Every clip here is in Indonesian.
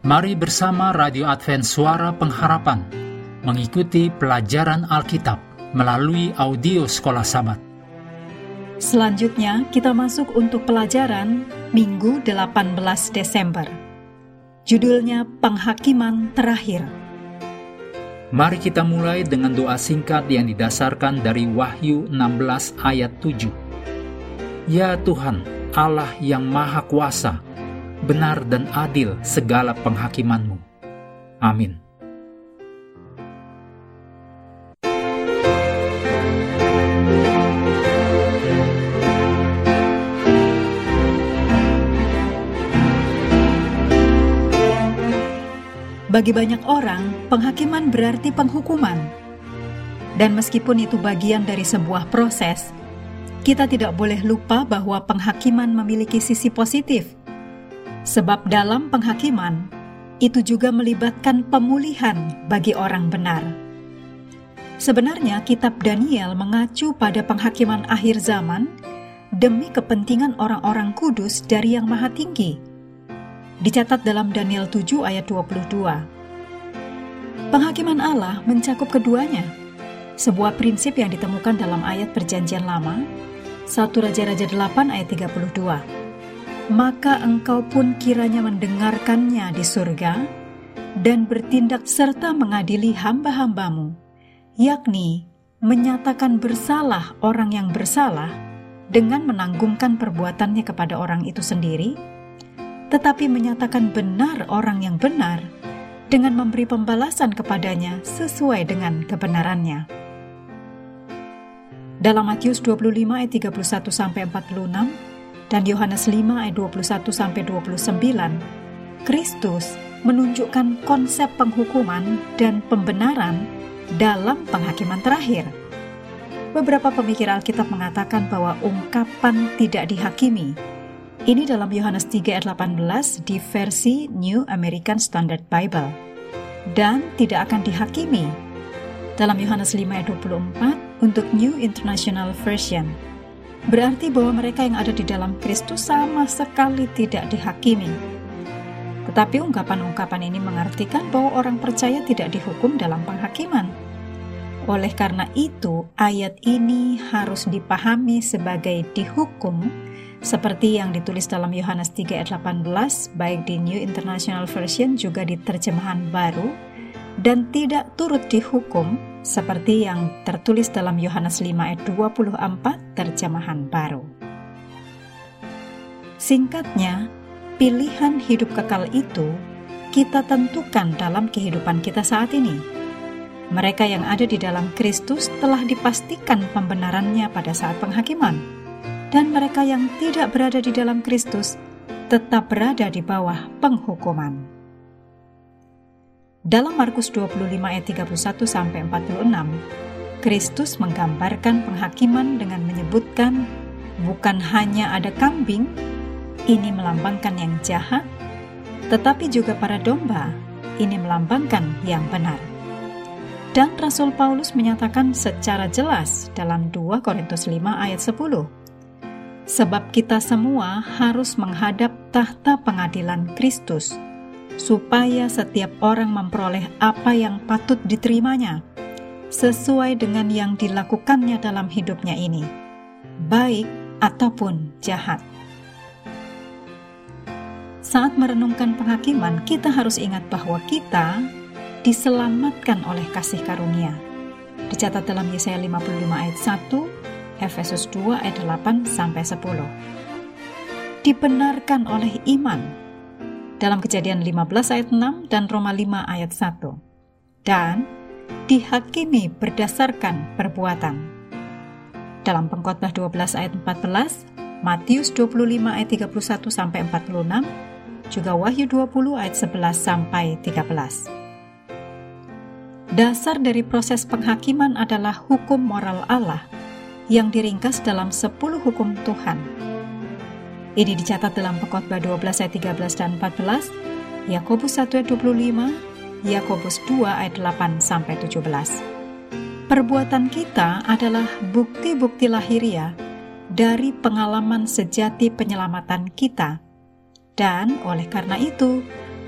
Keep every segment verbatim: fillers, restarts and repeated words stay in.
Mari bersama Radio Advent Suara Pengharapan mengikuti pelajaran Alkitab melalui audio Sekolah Sabat. Selanjutnya kita masuk untuk pelajaran Minggu delapan belas Desember. Judulnya Penghakiman Terakhir. Mari kita mulai dengan doa singkat yang didasarkan dari Wahyu enam belas ayat tujuh. Ya Tuhan, Allah yang Maha Kuasa, benar dan adil segala penghakiman-Mu. Amin. Bagi banyak orang, penghakiman berarti penghukuman. Dan meskipun itu bagian dari sebuah proses, kita tidak boleh lupa bahwa penghakiman memiliki sisi positif. Sebab dalam penghakiman, itu juga melibatkan pemulihan bagi orang benar. Sebenarnya kitab Daniel mengacu pada penghakiman akhir zaman demi kepentingan orang-orang kudus dari Yang Maha Tinggi. Dicatat dalam Daniel tujuh ayat dua puluh dua. Penghakiman Allah mencakup keduanya, sebuah prinsip yang ditemukan dalam ayat Perjanjian Lama, satu Raja-Raja delapan ayat tiga puluh dua. Maka engkau pun kiranya mendengarkannya di surga dan bertindak serta mengadili hamba-hambamu, yakni menyatakan bersalah orang yang bersalah dengan menanggungkan perbuatannya kepada orang itu sendiri, tetapi menyatakan benar orang yang benar dengan memberi pembalasan kepadanya sesuai dengan kebenarannya. Dalam Matius dua puluh lima ayat tiga puluh satu sampai empat puluh enam dan Yohanes lima ayat dua puluh satu sampai dua puluh sembilan, Kristus menunjukkan konsep penghukuman dan pembenaran dalam penghakiman terakhir. Beberapa pemikir Alkitab mengatakan bahwa ungkapan tidak dihakimi ini dalam Yohanes tiga ayat delapan belas di versi New American Standard Bible, dan tidak akan dihakimi dalam Yohanes lima ayat dua puluh empat untuk New International Version. Berarti bahwa mereka yang ada di dalam Kristus sama sekali tidak dihakimi. Tetapi ungkapan-ungkapan ini mengartikan bahwa orang percaya tidak dihukum dalam penghakiman. Oleh karena itu, ayat ini harus dipahami sebagai dihukum seperti yang ditulis dalam Yohanes tiga ayat delapan belas, baik di New International Version juga di terjemahan baru, dan tidak turut dihukum seperti yang tertulis dalam Yohanes lima ayat dua puluh empat terjemahan baru. Singkatnya, pilihan hidup kekal itu kita tentukan dalam kehidupan kita saat ini. Mereka yang ada di dalam Kristus telah dipastikan pembenarannya pada saat penghakiman, dan mereka yang tidak berada di dalam Kristus tetap berada di bawah penghukuman. Dalam Markus dua puluh lima ayat tiga puluh satu sampai empat puluh enam, Kristus menggambarkan penghakiman dengan menyebutkan bukan hanya ada kambing, ini melambangkan yang jahat, tetapi juga para domba, ini melambangkan yang benar. Dan Rasul Paulus menyatakan secara jelas dalam dua Korintus lima ayat sepuluh, sebab kita semua harus menghadap tahta pengadilan Kristus, supaya setiap orang memperoleh apa yang patut diterimanya, sesuai dengan yang dilakukannya dalam hidupnya ini, baik ataupun jahat. Saat merenungkan penghakiman, kita harus ingat bahwa kita diselamatkan oleh kasih karunia. Dicatat dalam Yesaya lima puluh lima ayat satu, Efesus dua ayat delapan sampai sepuluh. Dibenarkan oleh iman dalam Kejadian lima belas ayat enam dan Roma lima ayat satu, dan dihakimi berdasarkan perbuatan. Dalam Pengkhotbah dua belas ayat empat belas, Matius dua puluh lima ayat tiga puluh satu sampai empat puluh enam, juga Wahyu dua puluh ayat sebelas sampai tiga belas. Dasar dari proses penghakiman adalah hukum moral Allah yang diringkas dalam sepuluh hukum Tuhan. Ini dicatat dalam Pengkhotbah dua belas ayat tiga belas dan empat belas, Yakobus satu ayat dua puluh lima, Yakobus dua ayat delapan sampai tujuh belas. Perbuatan kita adalah bukti-bukti lahiriah dari pengalaman sejati penyelamatan kita, dan oleh karena itu,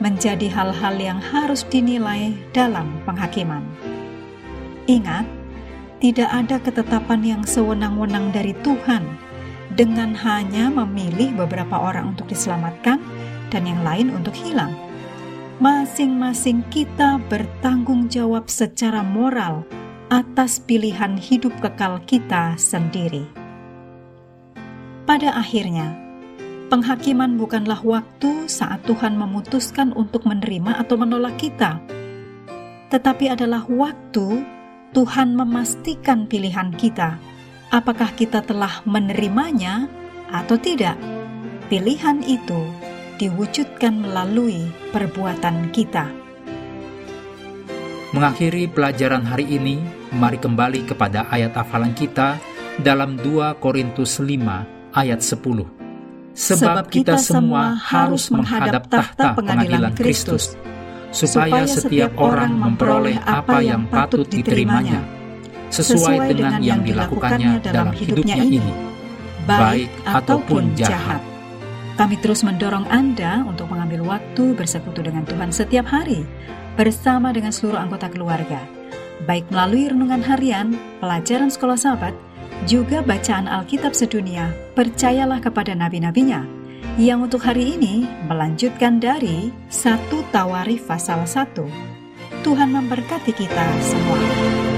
menjadi hal-hal yang harus dinilai dalam penghakiman. Ingat, tidak ada ketetapan yang sewenang-wenang dari Tuhan dengan hanya memilih beberapa orang untuk diselamatkan dan yang lain untuk hilang. Masing-masing kita bertanggung jawab secara moral atas pilihan hidup kekal kita sendiri. Pada akhirnya, penghakiman bukanlah waktu saat Tuhan memutuskan untuk menerima atau menolak kita, tetapi adalah waktu Tuhan memastikan pilihan kita, apakah kita telah menerimanya atau tidak. Pilihan itu diwujudkan melalui perbuatan kita. Mengakhiri pelajaran hari ini, mari kembali kepada ayat hafalan kita dalam dua Korintus lima ayat sepuluh. Sebab kita semua harus menghadap tahta pengadilan Kristus, supaya setiap orang memperoleh apa yang patut diterimanya, sesuai dengan yang dilakukannya dalam hidupnya ini, baik ataupun jahat. Kami terus mendorong Anda untuk mengambil waktu bersekutu dengan Tuhan setiap hari, bersama dengan seluruh anggota keluarga, baik melalui renungan harian, pelajaran sekolah sahabat, juga bacaan Alkitab sedunia, percayalah kepada nabi-nabinya, yang untuk hari ini melanjutkan dari satu Tawarikh pasal satu. Tuhan memberkati kita semua.